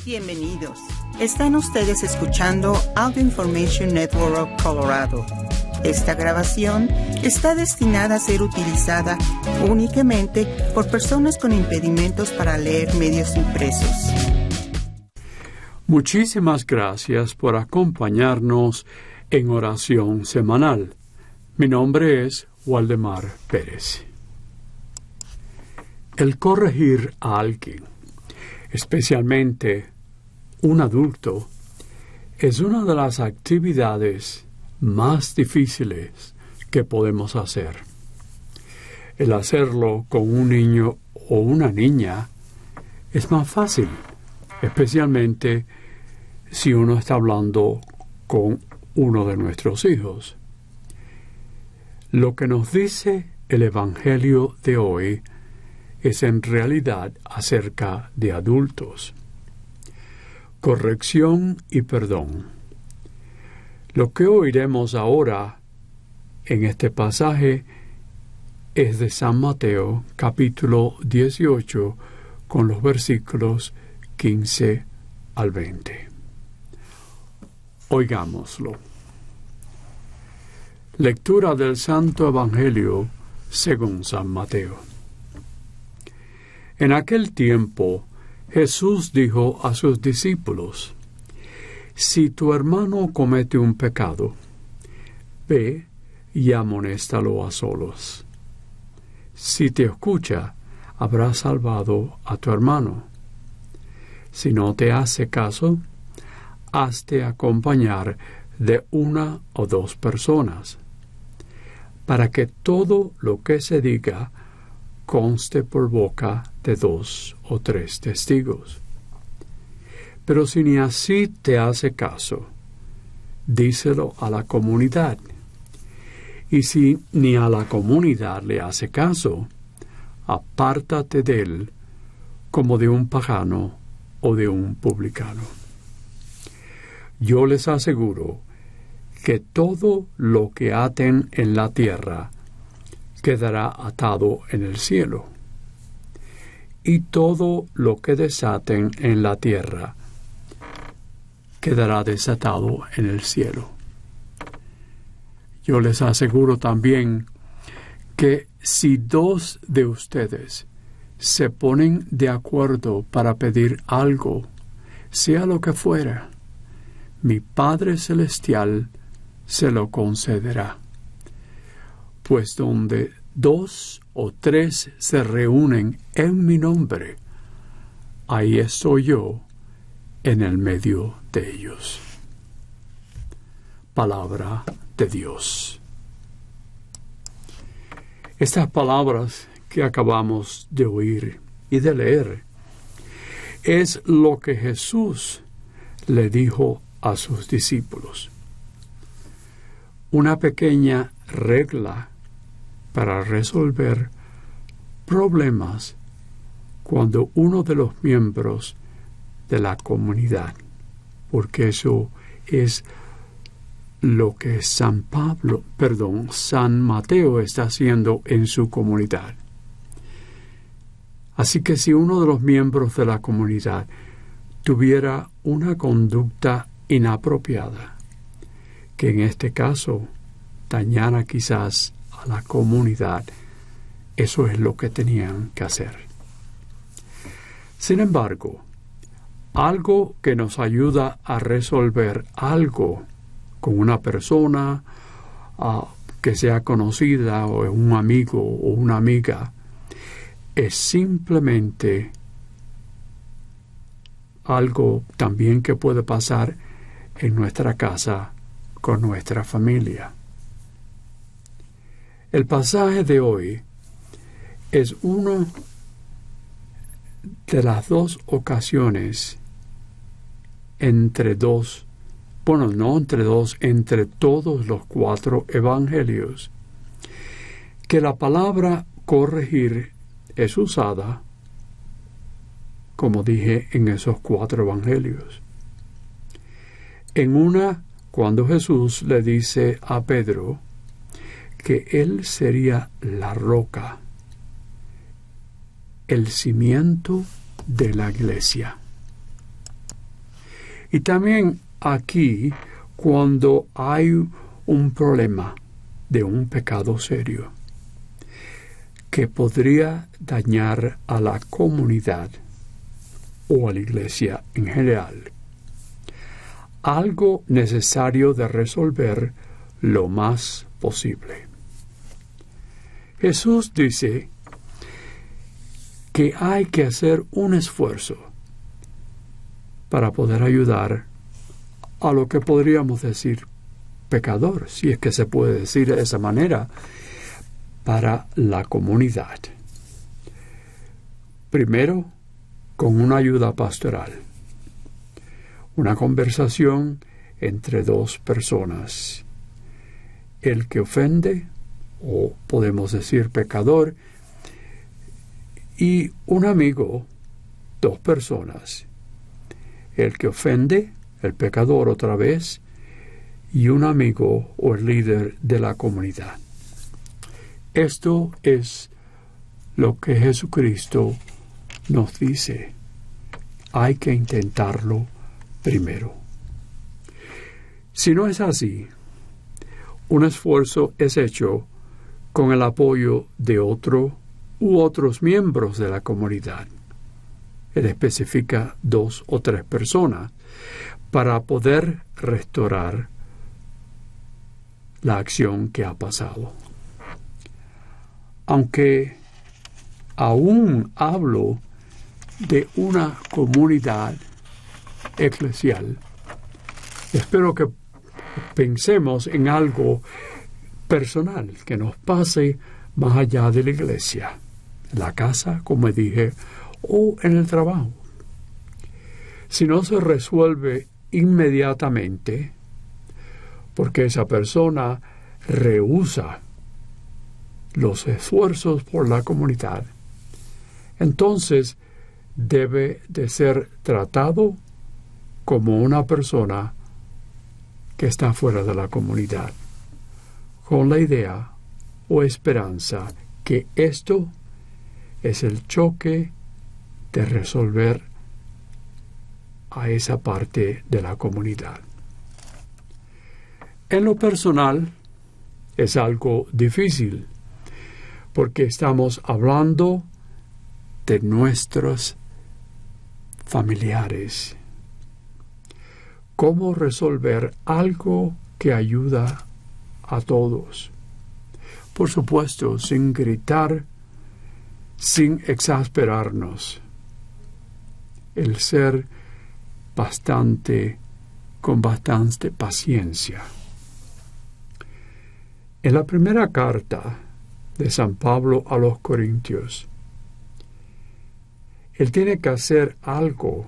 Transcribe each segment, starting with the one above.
Bienvenidos. Están ustedes escuchando Audio Information Network Colorado. Esta grabación está destinada a ser utilizada únicamente por personas con impedimentos para leer medios impresos. Muchísimas gracias por acompañarnos en oración semanal. Mi nombre es Waldemar Pérez. El corregir a alguien, especialmente un adulto, es una de las actividades más difíciles que podemos hacer. El hacerlo con un niño o una niña es más fácil, especialmente si uno está hablando con uno de nuestros hijos. Lo que nos dice el Evangelio de hoy es en realidad acerca de adultos. Corrección y perdón. Lo que oiremos ahora en este pasaje es de San Mateo, capítulo 18, con los versículos 15 al 20. Oigámoslo. Lectura del Santo Evangelio según San Mateo. En aquel tiempo, Jesús dijo a sus discípulos: Si tu hermano comete un pecado, ve y amonéstalo a solos. Si te escucha, habrás salvado a tu hermano. Si no te hace caso, hazte acompañar de una o dos personas, para que todo lo que se diga conste por boca de 2 o 3 testigos. Pero si ni así te hace caso, díselo a la comunidad. Y si ni a la comunidad le hace caso, apártate de él como de un pagano o de un publicano. Yo les aseguro que todo lo que aten en la tierra quedará atado en el cielo, y todo lo que desaten en la tierra quedará desatado en el cielo. Yo les aseguro también que si 2 de ustedes se ponen de acuerdo para pedir algo, sea lo que fuera, mi Padre Celestial se lo concederá. Pues donde 2 o 3 se reúnen en mi nombre, ahí estoy yo en el medio de ellos. Palabra de Dios. Estas palabras que acabamos de oír y de leer es lo que Jesús le dijo a sus discípulos. Una pequeña regla para resolver problemas cuando uno de los miembros de la comunidad, porque eso es lo que San Mateo está haciendo en su comunidad. Así que si uno de los miembros de la comunidad tuviera una conducta inapropiada, que en este caso dañara quizás a la comunidad, eso es lo que tenían que hacer. Sin embargo, algo que nos ayuda a resolver algo con una persona que sea conocida o un amigo o una amiga es simplemente algo también que puede pasar en nuestra casa con nuestra familia. El pasaje de hoy es una de las 2 ocasiones entre todos los 4 evangelios, que la palabra corregir es usada, como dije, en esos 4 evangelios. En una, cuando Jesús le dice a Pedro que él sería la roca, el cimiento de la iglesia. Y también aquí, cuando hay un problema de un pecado serio que podría dañar a la comunidad o a la iglesia en general, algo necesario de resolver lo más posible. Jesús dice que hay que hacer un esfuerzo para poder ayudar a lo que podríamos decir pecador, si es que se puede decir de esa manera, para la comunidad. Primero, con una ayuda pastoral, una conversación entre dos personas. El que ofende, o podemos decir pecador, y un amigo, dos personas. El que ofende, el pecador otra vez, y un amigo o el líder de la comunidad. Esto es lo que Jesucristo nos dice. Hay que intentarlo primero. Si no es así, un esfuerzo es hecho con el apoyo de otro u otros miembros de la comunidad. Él especifica 2 o 3 personas para poder restaurar la acción que ha pasado. Aunque aún hablo de una comunidad eclesial, espero que pensemos en algo personal que nos pase más allá de la iglesia, en la casa, como dije, o en el trabajo. Si no se resuelve inmediatamente, porque esa persona rehúsa los esfuerzos por la comunidad, entonces debe de ser tratado como una persona que está fuera de la comunidad, con la idea o esperanza que esto es el choque de resolver a esa parte de la comunidad. En lo personal es algo difícil, porque estamos hablando de nuestros familiares. ¿Cómo resolver algo que ayuda a todos? Por supuesto, sin gritar, sin exasperarnos. El ser con bastante paciencia. En la primera carta de San Pablo a los Corintios, él tiene que hacer algo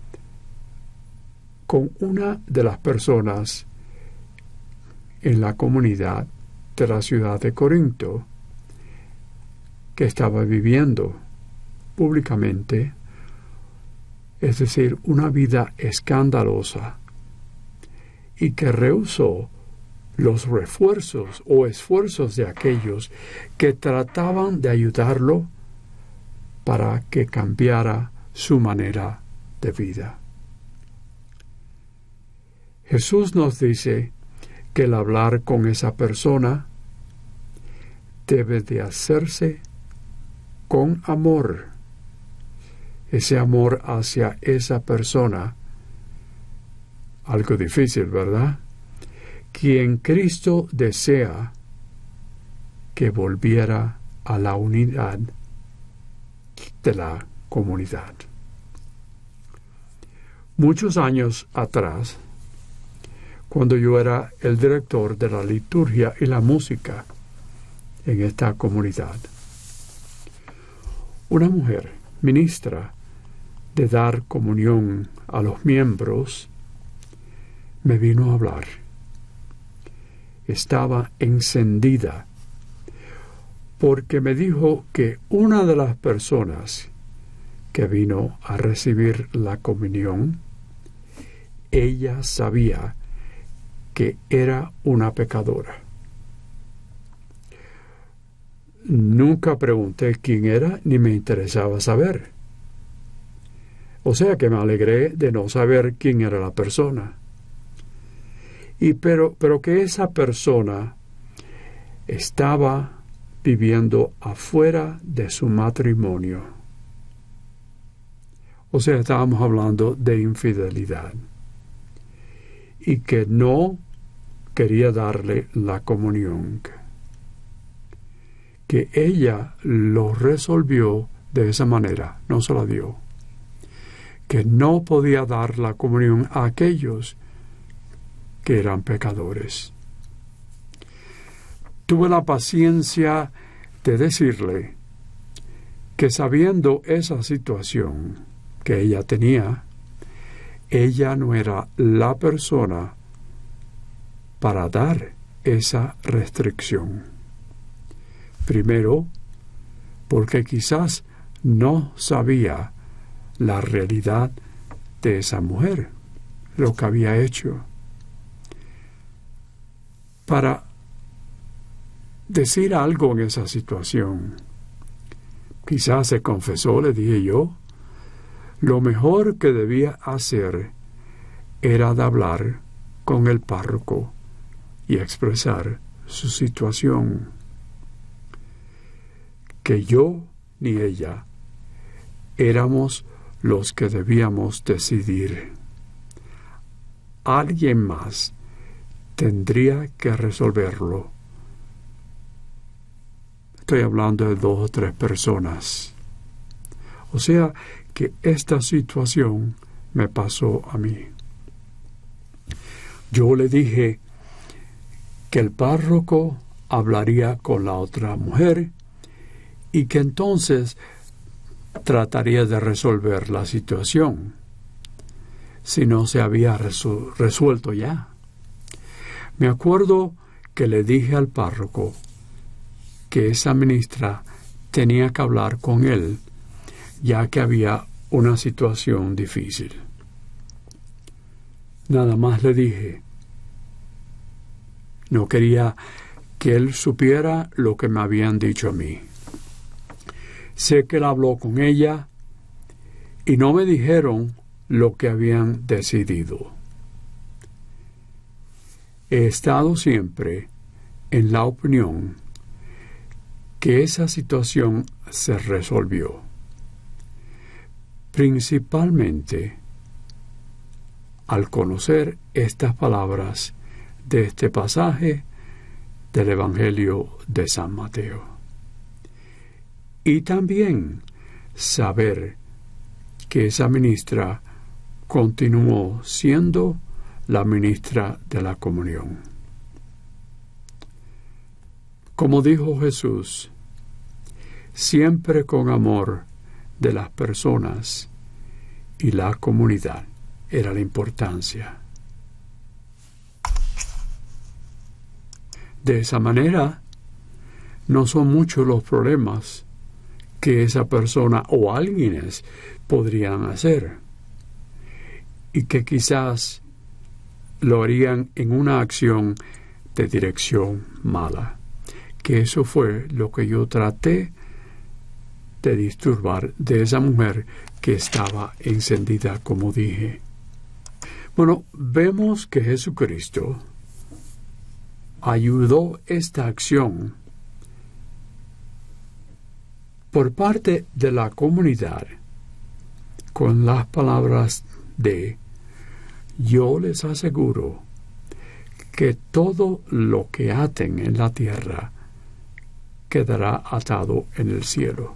con una de las personas en la comunidad de la ciudad de Corinto que estaba viviendo públicamente, es decir, una vida escandalosa, y que rehusó los refuerzos o esfuerzos de aquellos que trataban de ayudarlo para que cambiara su manera de vida. Jesús nos dice que el hablar con esa persona debe de hacerse con amor. Ese amor hacia esa persona, algo difícil, ¿verdad? Quien Cristo desea que volviera a la unidad de la comunidad. Muchos años atrás, cuando yo era el director de la liturgia y la música en esta comunidad, una mujer, ministra de dar comunión a los miembros, me vino a hablar. Estaba encendida porque me dijo que una de las personas que vino a recibir la comunión, ella sabía que era una pecadora. Nunca pregunté quién era ni me interesaba saber. O sea que me alegré de no saber quién era la persona. Pero que esa persona estaba viviendo afuera de su matrimonio. O sea, estábamos hablando de infidelidad. Y que no quería darle la comunión. Que ella lo resolvió de esa manera, no se la dio. Que no podía dar la comunión a aquellos que eran pecadores. Tuve la paciencia de decirle que sabiendo esa situación que ella tenía, ella no era la persona para dar esa restricción. Primero, porque quizás no sabía la realidad de esa mujer, lo que había hecho. Para decir algo en esa situación, quizás se confesó, le dije yo, lo mejor que debía hacer era de hablar con el párroco y expresar su situación. Que yo ni ella éramos los que debíamos decidir. Alguien más tendría que resolverlo. Estoy hablando de 2 o 3 personas. O sea que esta situación me pasó a mí. Yo le dije que el párroco hablaría con la otra mujer y que entonces trataría de resolver la situación, si no se había resuelto ya. Me acuerdo que le dije al párroco que esa ministra tenía que hablar con él, ya que había una situación difícil. Nada más le dije. No quería que él supiera lo que me habían dicho a mí. Sé que él habló con ella y no me dijeron lo que habían decidido. He estado siempre en la opinión que esa situación se resolvió, principalmente al conocer estas palabras de este pasaje del Evangelio de San Mateo. Y también saber que esa ministra continuó siendo la ministra de la comunión. Como dijo Jesús, siempre con amor de las personas y la comunidad era la importancia. De esa manera, no son muchos los problemas que esa persona o alguienes podrían hacer, y que quizás lo harían en una acción de dirección mala, que eso fue lo que yo traté de disturbar de esa mujer que estaba encendida, como dije. Bueno, vemos que Jesucristo ayudó esta acción por parte de la comunidad con las palabras de: yo les aseguro que todo lo que aten en la tierra quedará atado en el cielo.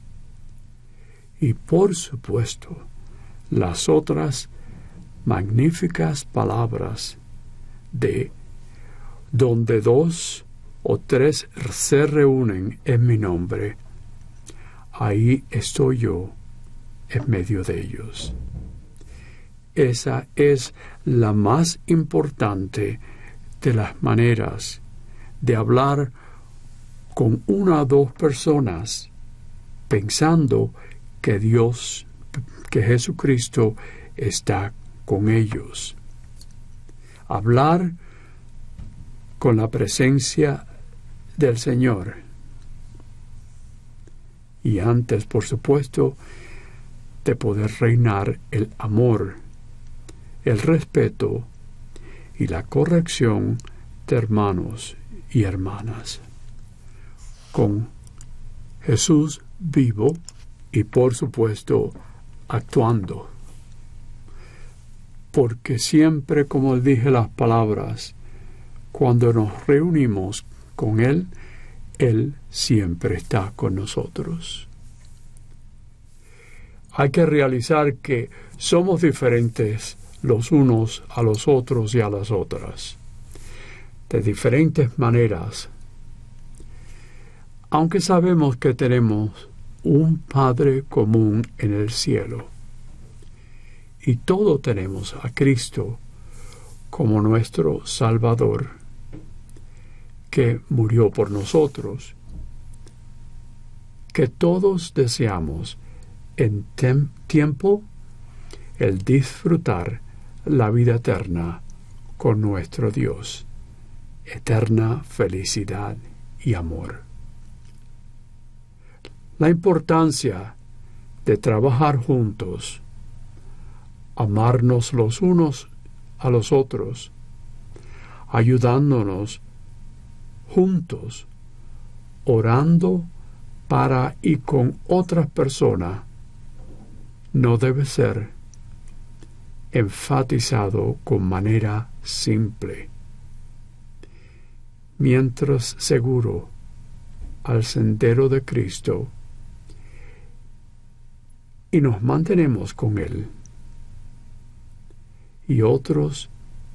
Y por supuesto, las otras magníficas palabras de: donde 2 o 3 se reúnen en mi nombre, ahí estoy yo en medio de ellos. Esa es la más importante de las maneras de hablar con 1 o 2 personas, pensando que Dios, que Jesucristo está con ellos. Hablar con la presencia del Señor. Y antes, por supuesto, de poder reinar el amor, el respeto y la corrección de hermanos y hermanas. Con Jesús vivo y por supuesto actuando. Porque siempre, como dije las palabras, cuando nos reunimos con Él, Él siempre está con nosotros. Hay que realizar que somos diferentes los unos a los otros y a las otras, de diferentes maneras, aunque sabemos que tenemos un Padre común en el cielo, y todos tenemos a Cristo como nuestro Salvador, que murió por nosotros, que todos deseamos en tiempo el disfrutar la vida eterna con nuestro Dios, eterna felicidad y amor. La importancia de trabajar juntos, amarnos los unos a los otros, ayudándonos juntos, orando para y con otras personas, no debe ser enfatizado con manera simple. Mientras seguro al sendero de Cristo y nos mantenemos con Él y otros,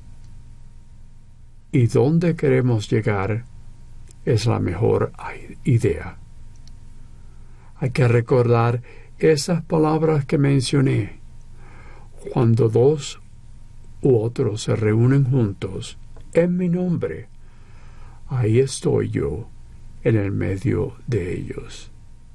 y donde queremos llegar es la mejor idea. Hay que recordar esas palabras que mencioné. Cuando dos u otros se reúnen juntos en mi nombre, ahí estoy yo en el medio de ellos.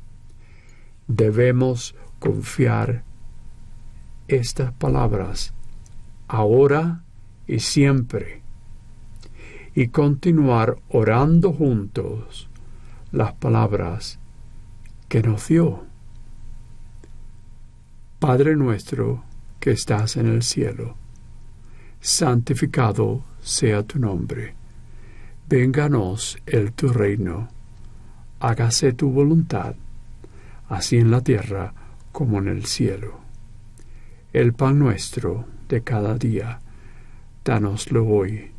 Debemos confiar estas palabras ahora y siempre, y continuar orando juntos las palabras que nos dio. Padre nuestro que estás en el cielo, santificado sea tu nombre. Vénganos tu reino. Hágase tu voluntad, así en la tierra como en el cielo. El pan nuestro de cada día, dánoslo hoy.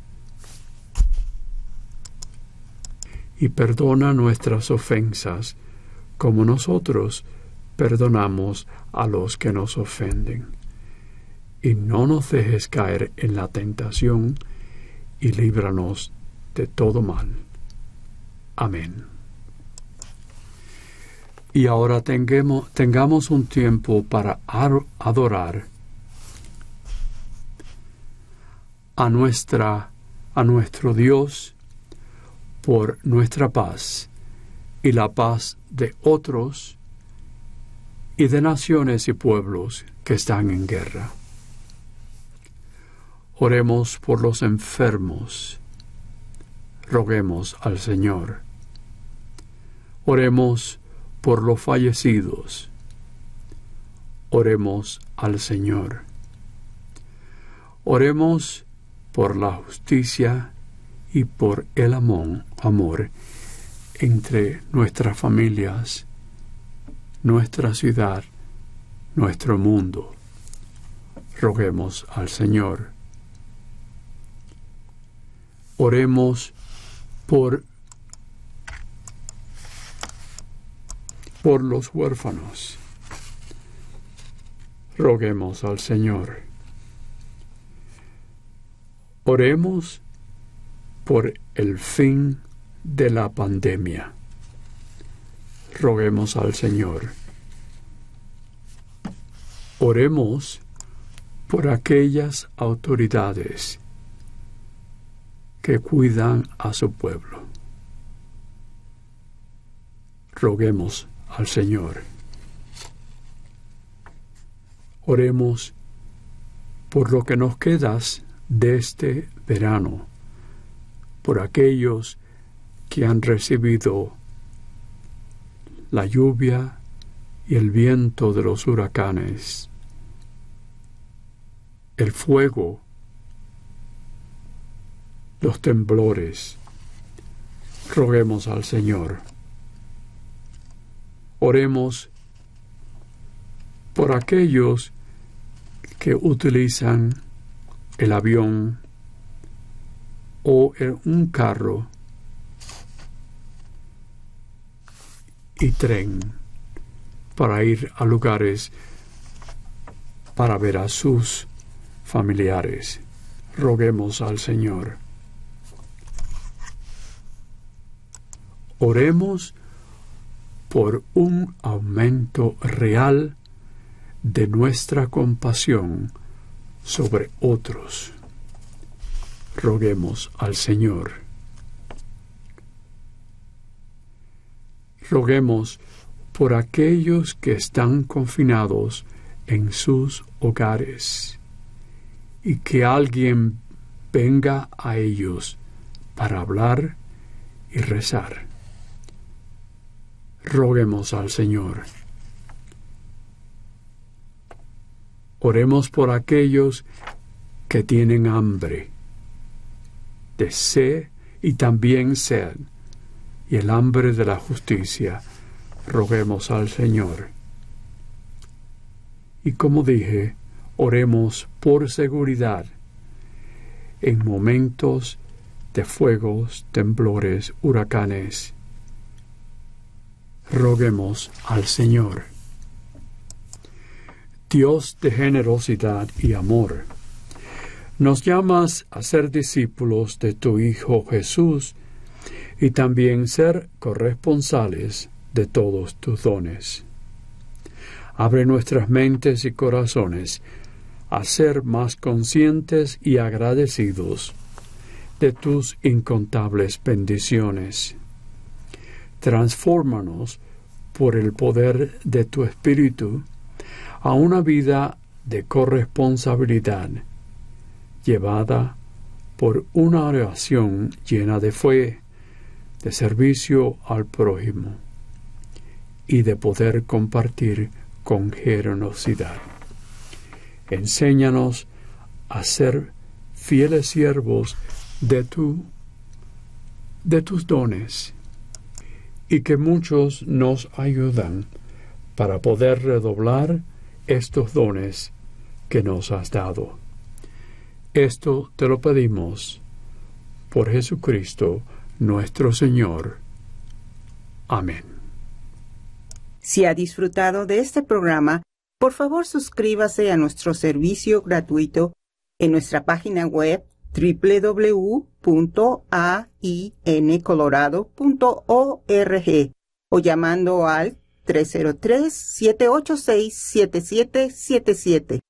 Y perdona nuestras ofensas, como nosotros perdonamos a los que nos ofenden. Y no nos dejes caer en la tentación, y líbranos de todo mal. Amén. Y ahora tengamos un tiempo para adorar a nuestro Dios por nuestra paz y la paz de otros y de naciones y pueblos que están en guerra. Oremos por los enfermos. Roguemos al Señor. Oremos por los fallecidos. Oremos al Señor. Oremos por la justicia y por el amor entre nuestras familias, nuestra ciudad, nuestro mundo. Roguemos al Señor. Oremos por los huérfanos. Roguemos al Señor. Oremos por el fin de la pandemia. Roguemos al Señor. Oremos por aquellas autoridades que cuidan a su pueblo. Roguemos al Señor. Oremos por lo que nos queda de este verano, por aquellos que han recibido la lluvia y el viento de los huracanes, el fuego, los temblores. Roguemos al Señor. Oremos por aquellos que utilizan el avión o un carro y tren para ir a lugares para ver a sus familiares. Roguemos al Señor. Oremos por un aumento real de nuestra compasión sobre otros. Roguemos al Señor. Roguemos por aquellos que están confinados en sus hogares y que alguien venga a ellos para hablar y rezar. Roguemos al Señor. Oremos por aquellos que tienen hambre, de sed y también sed, y el hambre de la justicia. Roguemos al Señor. Y como dije, oremos por seguridad en momentos de fuegos, temblores, huracanes. Roguemos al Señor. Dios de generosidad y amor, nos llamas a ser discípulos de tu Hijo Jesús y también ser corresponsales de todos tus dones. Abre nuestras mentes y corazones a ser más conscientes y agradecidos de tus incontables bendiciones. Transfórmanos por el poder de tu Espíritu a una vida de corresponsabilidad, llevada por una oración llena de fe, de servicio al prójimo y de poder compartir con generosidad. Enséñanos a ser fieles siervos de tus dones, y que muchos nos ayudan para poder redoblar estos dones que nos has dado. Esto te lo pedimos por Jesucristo nuestro Señor. Amén. Si ha disfrutado de este programa, por favor suscríbase a nuestro servicio gratuito en nuestra página web www.aincolorado.org o llamando al 303-786-7777.